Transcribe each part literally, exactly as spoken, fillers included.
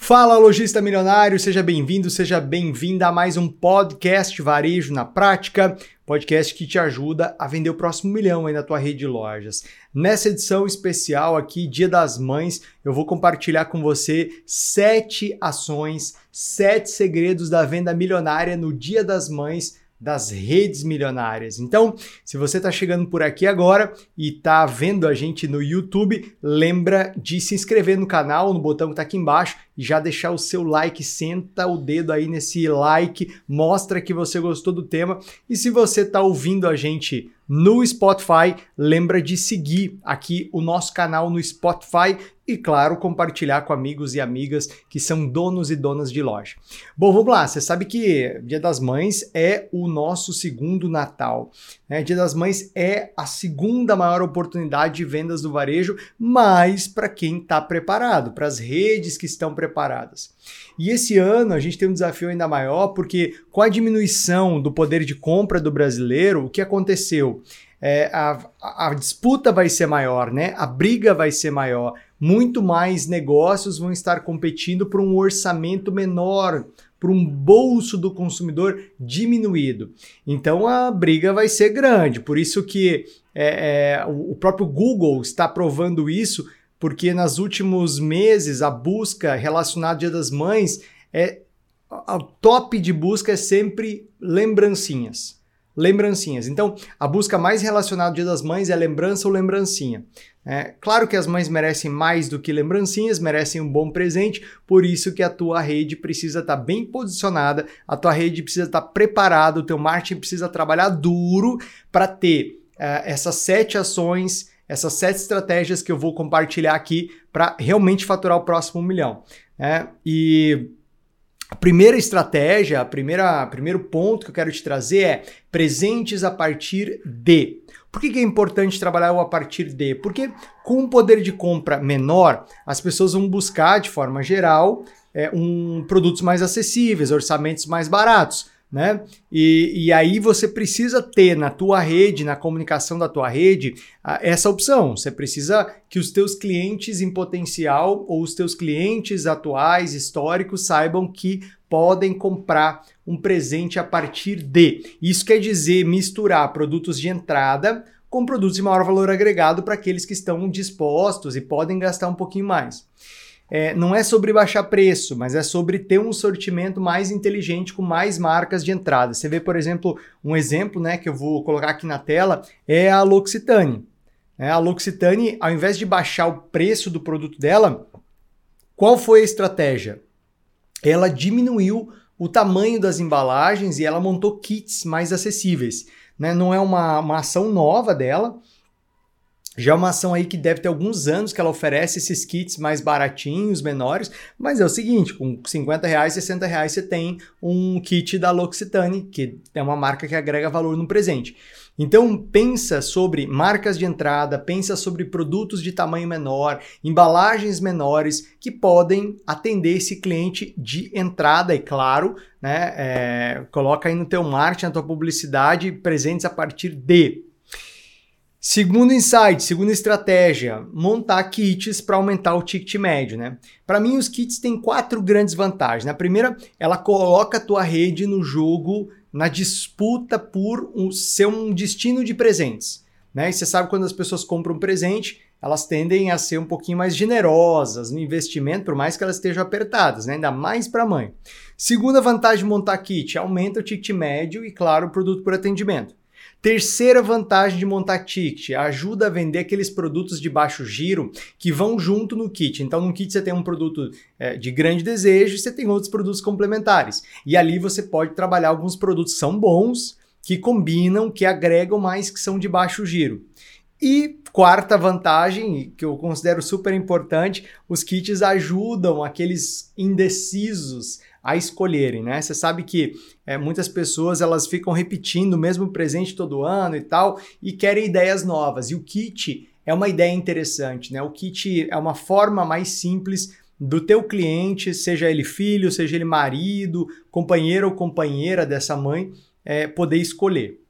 Fala, lojista milionário, seja bem-vindo, seja bem-vinda a mais um podcast Varejo na Prática, podcast que te ajuda a vender o próximo milhão aí na tua rede de lojas. Nessa edição especial aqui, Dia das Mães, eu vou compartilhar com você sete ações, sete segredos da venda milionária no Dia das Mães das redes milionárias. Então, se você está chegando por aqui agora e está vendo a gente no YouTube, lembra de se inscrever no canal, no botão que está aqui embaixo e já deixar o seu like, senta o dedo aí nesse like, mostra que você gostou do tema. E se você está ouvindo a gente no Spotify, lembra de seguir aqui o nosso canal no Spotify e, claro, compartilhar com amigos e amigas que são donos e donas de loja. Bom, vamos lá. Você sabe que Dia das Mães é o nosso segundo Natal, né? Dia das Mães é a segunda maior oportunidade de vendas do varejo, mas para quem está preparado, para as redes que estão preparadas. E esse ano a gente tem um desafio ainda maior, porque com a diminuição do poder de compra do brasileiro, o que aconteceu? É, a, a disputa vai ser maior, né? A briga vai ser maior. Muito mais negócios vão estar competindo por um orçamento menor, por um bolso do consumidor diminuído. Então a briga vai ser grande. Por isso que é, é, o próprio Google está provando isso, porque nos últimos meses a busca relacionada ao Dia das Mães, é, o top de busca é sempre lembrancinhas. Lembrancinhas. Então, a busca mais relacionada ao Dia das Mães é lembrança ou lembrancinha. É, claro que as mães merecem mais do que lembrancinhas, merecem um bom presente, por isso que a tua rede precisa estar bem posicionada, a tua rede precisa estar preparada, o teu marketing precisa trabalhar duro para ter uh, essas sete ações, essas sete estratégias que eu vou compartilhar aqui para realmente faturar o próximo milhão. É, e a primeira estratégia, a primeira, primeiro ponto que eu quero te trazer é presentes a partir de. Por que que é importante trabalhar o a partir de? Porque com um poder de compra menor, as pessoas vão buscar, de forma geral, é, um, produtos mais acessíveis, orçamentos mais baratos, né? E, e aí você precisa ter na tua rede, na comunicação da tua rede, essa opção. Você precisa que os teus clientes em potencial ou os teus clientes atuais, históricos, saibam que podem comprar um presente a partir de. Isso quer dizer misturar produtos de entrada com produtos de maior valor agregado para aqueles que estão dispostos e podem gastar um pouquinho mais. É, não é sobre baixar preço, mas é sobre ter um sortimento mais inteligente com mais marcas de entrada. Você vê, por exemplo, um exemplo, né, que eu vou colocar aqui na tela, é a L'Occitane. É, a L'Occitane, ao invés de baixar o preço do produto dela, qual foi a estratégia? Ela diminuiu o tamanho das embalagens e ela montou kits mais acessíveis. Né? Não é uma, uma ação nova dela, já é uma ação aí que deve ter alguns anos que ela oferece esses kits mais baratinhos, menores, mas é o seguinte, com cinquenta reais, sessenta reais você tem um kit da L'Occitane, que é uma marca que agrega valor no presente. Então pensa sobre marcas de entrada, pensa sobre produtos de tamanho menor, embalagens menores que podem atender esse cliente de entrada e claro, né, é, coloca aí no teu marketing, na tua publicidade, presentes a partir de. Segundo insight, segunda estratégia, montar kits para aumentar o ticket médio, né? Para mim, os kits têm quatro grandes vantagens. Na primeira, ela coloca a tua rede no jogo, na disputa por um, ser um destino de presentes, né? E você sabe quando as pessoas compram um presente, elas tendem a ser um pouquinho mais generosas no investimento, por mais que elas estejam apertadas, né? Ainda mais para a mãe. Segunda vantagem de montar kit, aumenta o ticket médio e, claro, o produto por atendimento. Terceira vantagem de montar ticket, ajuda a vender aqueles produtos de baixo giro que vão junto no kit. Então, no kit você tem um produto é, de grande desejo e você tem outros produtos complementares. E ali você pode trabalhar alguns produtos que são bons, que combinam, que agregam mais, que são de baixo giro. E quarta vantagem, que eu considero super importante, os kits ajudam aqueles indecisos a escolherem, né? Você sabe que é, muitas pessoas elas ficam repetindo o mesmo presente todo ano e tal e querem ideias novas. E o kit é uma ideia interessante, né? O kit é uma forma mais simples do teu cliente, seja ele filho, seja ele marido, companheiro ou companheira dessa mãe, é, poder escolher.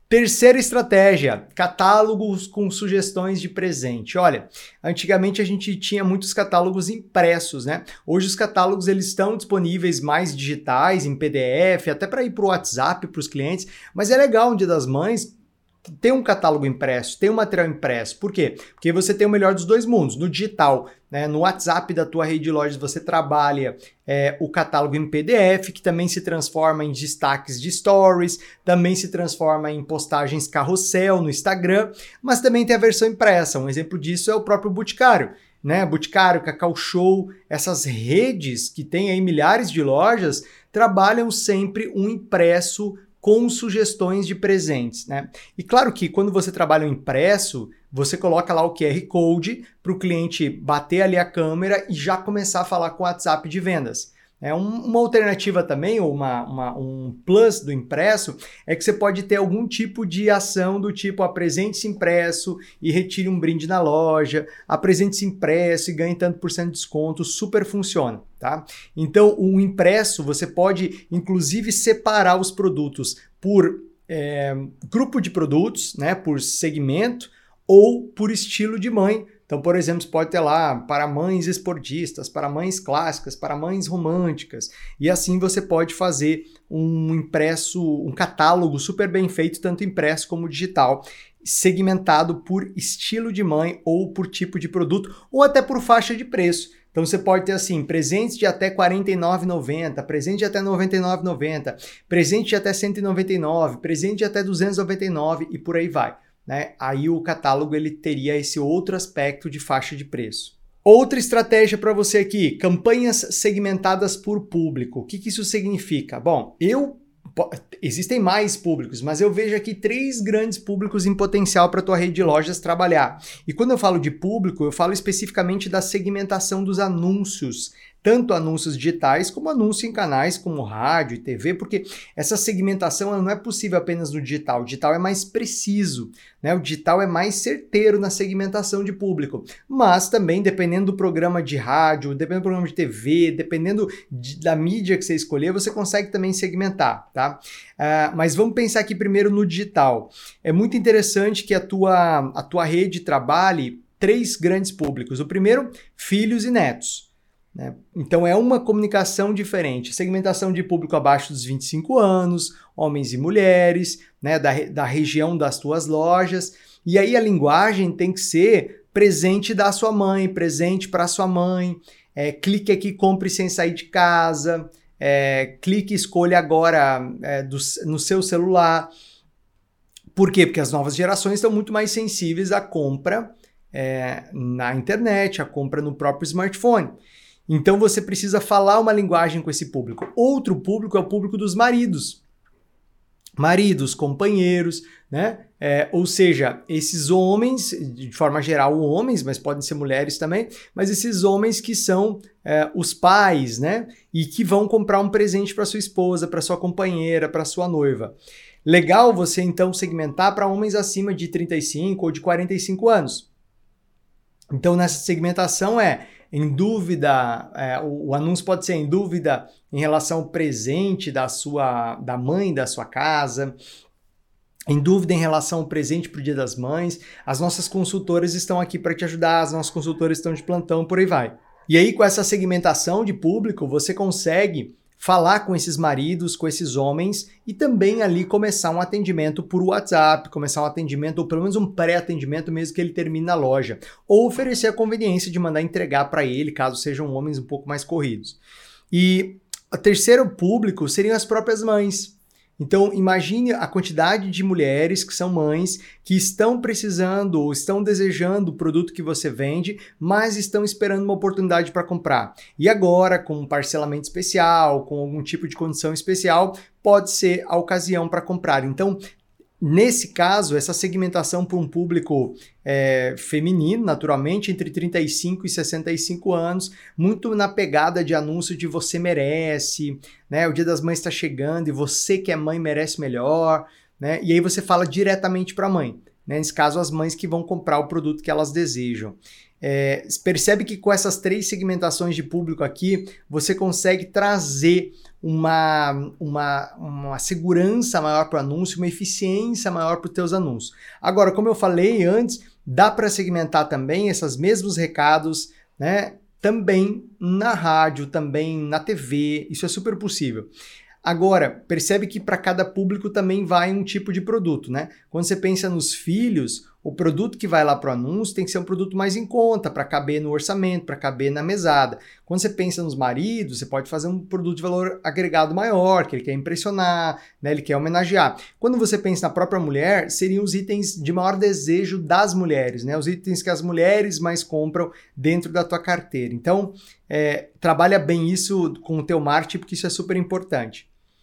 Terceira estratégia, catálogos com sugestões de presente. Olha, antigamente a gente tinha muitos catálogos impressos, né? Hoje os catálogos eles estão disponíveis mais digitais, em P D F, até para ir para o WhatsApp para os clientes, mas é legal no Dia das Mães ter um catálogo impresso, ter um material impresso. Por quê? Porque você tem o melhor dos dois mundos. No digital, né, no WhatsApp da tua rede de lojas, você trabalha é, o catálogo em P D F, que também se transforma em destaques de stories, também se transforma em postagens carrossel no Instagram, mas também tem a versão impressa. Um exemplo disso é o próprio Boticário. Né? Boticário, Cacau Show, essas redes que têm aí milhares de lojas, trabalham sempre um impresso com sugestões de presentes, né? E claro que quando você trabalha um impresso, você coloca lá o Q R Code para o cliente bater ali a câmera e já começar a falar com o WhatsApp de vendas. É um, uma alternativa também, ou uma, uma, um plus do impresso, é que você pode ter algum tipo de ação do tipo apresente-se impresso e retire um brinde na loja, apresente-se impresso e ganhe tanto por cento de desconto, super funciona, tá? Então, o impresso, você pode, inclusive, separar os produtos por é, grupo de produtos, né, por segmento ou por estilo de mãe. Então, por exemplo, você pode ter lá para mães esportistas, para mães clássicas, para mães românticas. E assim você pode fazer um impresso, um catálogo super bem feito, tanto impresso como digital, segmentado por estilo de mãe ou por tipo de produto, ou até por faixa de preço. Então você pode ter assim, presentes de até quarenta e nove reais e noventa centavos, presente de até noventa e nove reais e noventa centavos, presente de até cento e noventa e nove reais, presente de até duzentos e noventa e nove reais e por aí vai. Né? Aí o catálogo ele teria esse outro aspecto de faixa de preço. Outra estratégia para você aqui, campanhas segmentadas por público. O que, que isso significa? Bom, eu existem mais públicos, mas eu vejo aqui três grandes públicos em potencial para a tua rede de lojas trabalhar. E quando eu falo de público, eu falo especificamente da segmentação dos anúncios, tanto anúncios digitais como anúncios em canais como rádio e T V, porque essa segmentação ela não é possível apenas no digital. O digital é mais preciso, né? O digital é mais certeiro na segmentação de público, mas também dependendo do programa de rádio, dependendo do programa de T V, dependendo de, da mídia que você escolher, você consegue também segmentar, tá? Uh, mas vamos pensar aqui primeiro no digital. É muito interessante que a tua, a tua rede trabalhe três grandes públicos. O primeiro, filhos e netos. Né? Então é uma comunicação diferente, segmentação de público abaixo dos vinte e cinco anos, homens e mulheres, né? da, da região das tuas lojas, e aí a linguagem tem que ser presente da sua mãe, presente para sua mãe, é, clique aqui, compre sem sair de casa, é, clique, escolha agora é, do, no seu celular. Por quê? Porque as novas gerações estão muito mais sensíveis à compra é, na internet, à compra no próprio smartphone. Então você precisa falar uma linguagem com esse público. Outro público é o público dos maridos. Maridos, companheiros, né? É, ou seja, esses homens, de forma geral homens, mas podem ser mulheres também, mas esses homens que são é, os pais, né? E que vão comprar um presente para sua esposa, para sua companheira, para sua noiva. Legal você então segmentar para homens acima de trinta e cinco ou de quarenta e cinco anos. Então nessa segmentação é em dúvida, é, o, o anúncio pode ser em dúvida em relação ao presente da sua, da mãe da sua casa, em dúvida em relação ao presente para o Dia das Mães. As nossas consultoras estão aqui para te ajudar, as nossas consultoras estão de plantão, por aí vai. E aí com essa segmentação de público, você consegue falar com esses maridos, com esses homens e também ali começar um atendimento por WhatsApp, começar um atendimento ou pelo menos um pré-atendimento mesmo que ele termine na loja, ou oferecer a conveniência de mandar entregar para ele, caso sejam homens um pouco mais corridos. E o terceiro público seriam as próprias mães. Então, imagine a quantidade de mulheres que são mães, que estão precisando ou estão desejando o produto que você vende, mas estão esperando uma oportunidade para comprar. E agora, com um parcelamento especial, com algum tipo de condição especial, pode ser a ocasião para comprar. Então, nesse caso, essa segmentação para um público é, feminino, naturalmente, entre trinta e cinco e sessenta e cinco anos, muito na pegada de anúncio de você merece, né? O Dia das Mães está chegando e você que é mãe merece melhor, né? E aí você fala diretamente para a mãe, né? Nesse caso, as mães que vão comprar o produto que elas desejam. É, percebe que com essas três segmentações de público aqui, você consegue trazer uma, uma, uma segurança maior para o anúncio, uma eficiência maior para os teus anúncios. Agora, como eu falei antes, dá para segmentar também esses mesmos recados, né, também na rádio, também na T V, isso é super possível. Agora, percebe que para cada público também vai um tipo de produto, né? Quando você pensa nos filhos, o produto que vai lá para o anúncio tem que ser um produto mais em conta, para caber no orçamento, para caber na mesada. Quando você pensa nos maridos, você pode fazer um produto de valor agregado maior, que ele quer impressionar, né? Ele quer homenagear. Quando você pensa na própria mulher, seriam os itens de maior desejo das mulheres, né? Os itens que as mulheres mais compram dentro da tua carteira. Então, é, trabalha bem isso com o teu marketing, porque isso é super importante.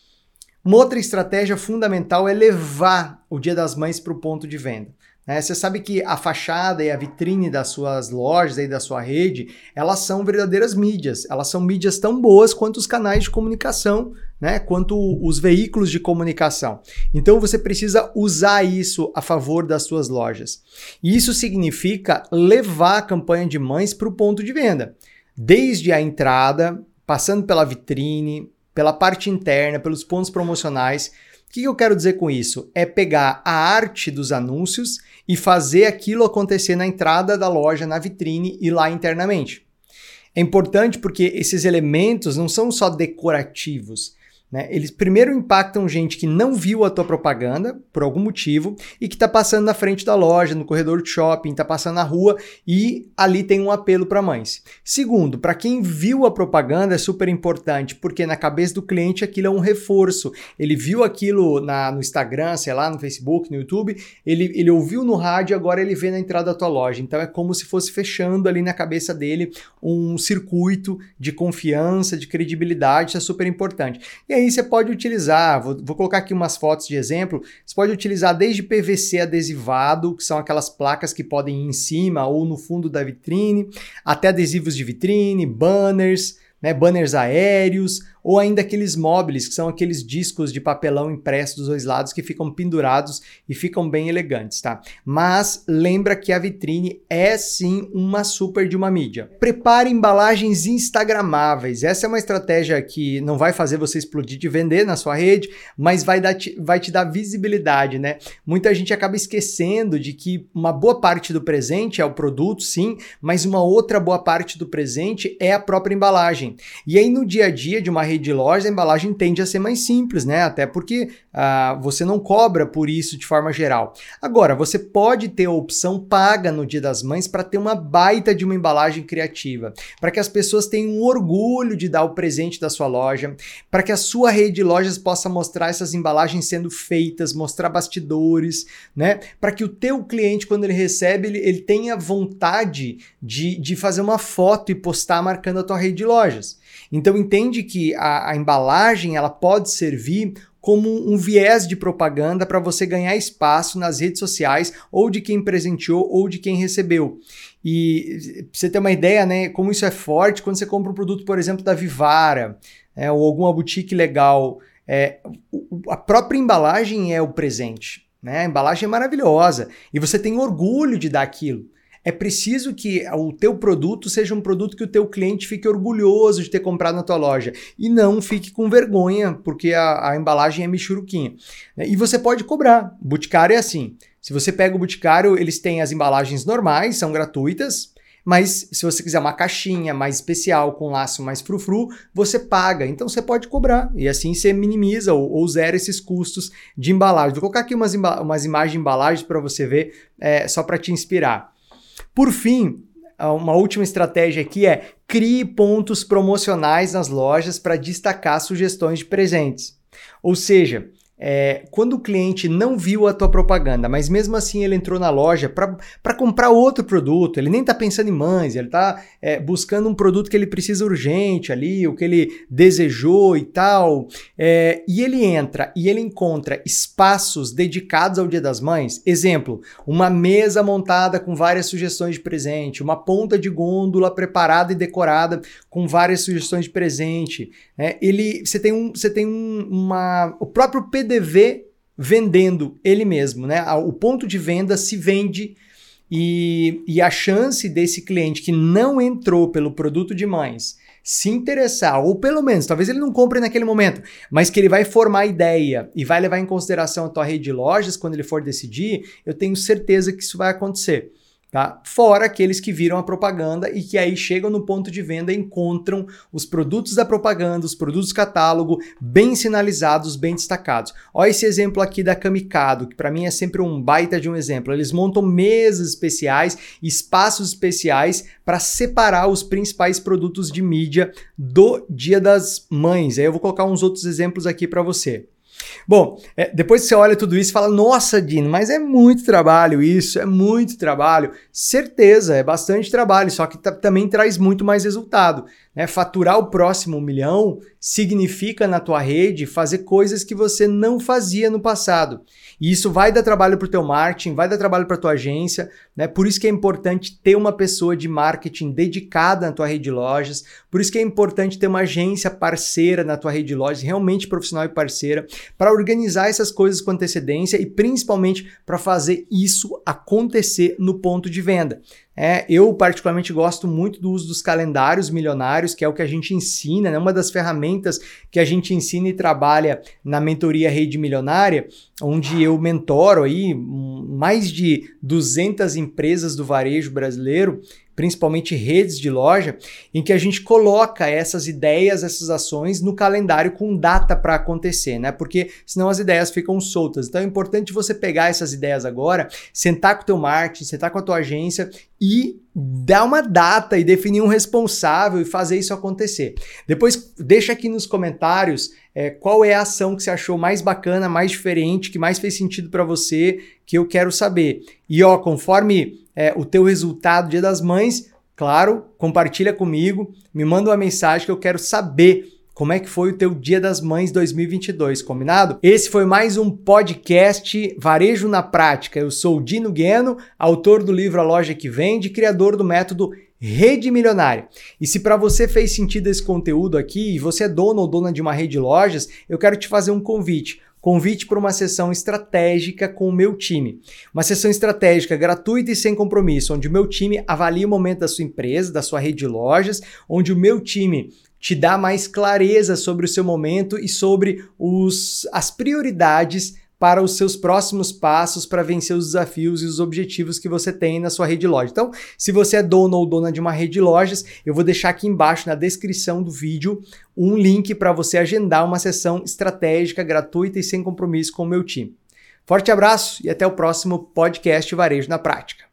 Uma outra estratégia fundamental é levar o Dia das Mães para o ponto de venda. Né? Você sabe que a fachada e a vitrine das suas lojas e da sua rede, elas são verdadeiras mídias. Elas são mídias tão boas quanto os canais de comunicação, né? Quanto os veículos de comunicação. Então você precisa usar isso a favor das suas lojas. E isso significa levar a campanha de mães para o ponto de venda. Desde a entrada, passando pela vitrine, pela parte interna, pelos pontos promocionais. O que eu quero dizer com isso? É pegar a arte dos anúncios e fazer aquilo acontecer na entrada da loja, na vitrine e lá internamente. É importante porque esses elementos não são só decorativos, né? Eles primeiro impactam gente que não viu a tua propaganda por algum motivo e que está passando na frente da loja, no corredor de shopping, está passando na rua e ali tem um apelo para mães. Segundo, para quem viu a propaganda é super importante porque na cabeça do cliente aquilo é um reforço. Ele viu aquilo na, no Instagram, sei lá, no Facebook, no YouTube, ele, ele ouviu no rádio e agora ele vê na entrada da tua loja. Então é como se fosse fechando ali na cabeça dele um circuito de confiança, de credibilidade, isso é super importante. E aí você pode utilizar, vou, vou colocar aqui umas fotos de exemplo, você pode utilizar desde P V C adesivado, que são aquelas placas que podem ir em cima ou no fundo da vitrine, até adesivos de vitrine, banners, né, banners aéreos, ou ainda aqueles móveis, que são aqueles discos de papelão impresso dos dois lados que ficam pendurados e ficam bem elegantes, tá? Mas lembra que a vitrine é sim uma super de uma mídia. Prepare embalagens instagramáveis. Essa é uma estratégia que não vai fazer você explodir de vender na sua rede, mas vai, dar, vai te dar visibilidade, né? Muita gente acaba esquecendo de que uma boa parte do presente é o produto, sim, mas uma outra boa parte do presente é a própria embalagem. E aí no dia a dia de uma rede de loja, a embalagem tende a ser mais simples, né? Até porque uh, você não cobra por isso de forma geral. Agora, você pode ter a opção paga no Dia das Mães para ter uma baita de uma embalagem criativa, para que as pessoas tenham orgulho de dar o presente da sua loja, para que a sua rede de lojas possa mostrar essas embalagens sendo feitas, mostrar bastidores, né? Para que o teu cliente, quando ele recebe, ele, ele tenha vontade de, de fazer uma foto e postar marcando a tua rede de lojas. Então entende que a, a embalagem ela pode servir como um viés de propaganda para você ganhar espaço nas redes sociais ou de quem presenteou ou de quem recebeu. E pra você ter uma ideia, né, como isso é forte quando você compra um produto, por exemplo, da Vivara, é, ou alguma boutique legal, é, a própria embalagem é o presente, né? A embalagem é maravilhosa e você tem orgulho de dar aquilo. É preciso que o teu produto seja um produto que o teu cliente fique orgulhoso de ter comprado na tua loja e não fique com vergonha porque a, a embalagem é michuruquinha. E você pode cobrar. O Boticário é assim. Se você pega o Boticário, eles têm as embalagens normais, são gratuitas, mas se você quiser uma caixinha mais especial, com laço mais frufru, você paga. Então você pode cobrar e assim você minimiza ou, ou zera esses custos de embalagem. Vou colocar aqui umas, umas imagens de embalagens para você ver, é, só para te inspirar. Por fim, uma última estratégia aqui é crie pontos promocionais nas lojas para destacar sugestões de presentes. Ou seja, é, quando o cliente não viu a tua propaganda, mas mesmo assim ele entrou na loja para comprar outro produto, ele nem está pensando em mães, ele está é, buscando um produto que ele precisa urgente ali, o que ele desejou e tal, é, e ele entra e ele encontra espaços dedicados ao Dia das Mães, exemplo, uma mesa montada com várias sugestões de presente, uma ponta de gôndola preparada e decorada com várias sugestões de presente, né? Ele, você tem, um, você tem um, uma, o próprio P D V vendendo ele mesmo, né? O ponto de venda se vende e, e a chance desse cliente que não entrou pelo produto de mães se interessar, ou pelo menos, talvez ele não compre naquele momento, mas que ele vai formar ideia e vai levar em consideração a tua rede de lojas quando ele for decidir, eu tenho certeza que isso vai acontecer. Tá? Fora aqueles que viram a propaganda e que aí chegam no ponto de venda e encontram os produtos da propaganda, os produtos catálogo bem sinalizados, bem destacados. Olha esse exemplo aqui da Camicado, que para mim é sempre um baita de um exemplo. Eles montam mesas especiais, espaços especiais para separar os principais produtos de mídia do Dia das Mães. Aí eu vou colocar uns outros exemplos aqui para você. Bom, é, depois que você olha tudo isso e fala, nossa, Dino, mas é muito trabalho isso, é muito trabalho. Certeza, é bastante trabalho, só que também traz muito mais resultado. Né? Faturar o próximo milhão significa na tua rede fazer coisas que você não fazia no passado. E isso vai dar trabalho para o teu marketing, vai dar trabalho para a tua agência, né? Por isso que é importante ter uma pessoa de marketing dedicada na tua rede de lojas, por isso que é importante ter uma agência parceira na tua rede de lojas, realmente profissional e parceira, para organizar essas coisas com antecedência e principalmente para fazer isso acontecer no ponto de venda. É, eu particularmente gosto muito do uso dos calendários milionários, que é o que a gente ensina, né? Uma das ferramentas que a gente ensina e trabalha na mentoria Rede Milionária, onde eu mentoro aí mais de duzentas empresas do varejo brasileiro, principalmente redes de loja, em que a gente coloca essas ideias, essas ações no calendário com data para acontecer, né? Porque senão as ideias ficam soltas. Então é importante você pegar essas ideias agora, sentar com o teu marketing, sentar com a tua agência e dar uma data e definir um responsável e fazer isso acontecer. Depois deixa aqui nos comentários é, qual é a ação que você achou mais bacana, mais diferente, que mais fez sentido para você, que eu quero saber. E ó, conforme É, o teu resultado Dia das Mães, claro, compartilha comigo, me manda uma mensagem que eu quero saber como é que foi o teu Dia das Mães dois mil e vinte e dois, combinado? Esse foi mais um podcast Varejo na Prática. Eu sou o Dino Gueno, autor do livro A Loja que Vende, criador do método Rede Milionária. E se para você fez sentido esse conteúdo aqui e você é dono ou dona de uma rede de lojas, eu quero te fazer um convite. Convite para uma sessão estratégica com o meu time. Uma sessão estratégica gratuita e sem compromisso, onde o meu time avalia o momento da sua empresa, da sua rede de lojas, onde o meu time te dá mais clareza sobre o seu momento e sobre os, as prioridades para os seus próximos passos para vencer os desafios e os objetivos que você tem na sua rede de loja. Então, se você é dono ou dona de uma rede de lojas, eu vou deixar aqui embaixo na descrição do vídeo um link para você agendar uma sessão estratégica, gratuita e sem compromisso com o meu time. Forte abraço e até o próximo podcast Varejo na Prática.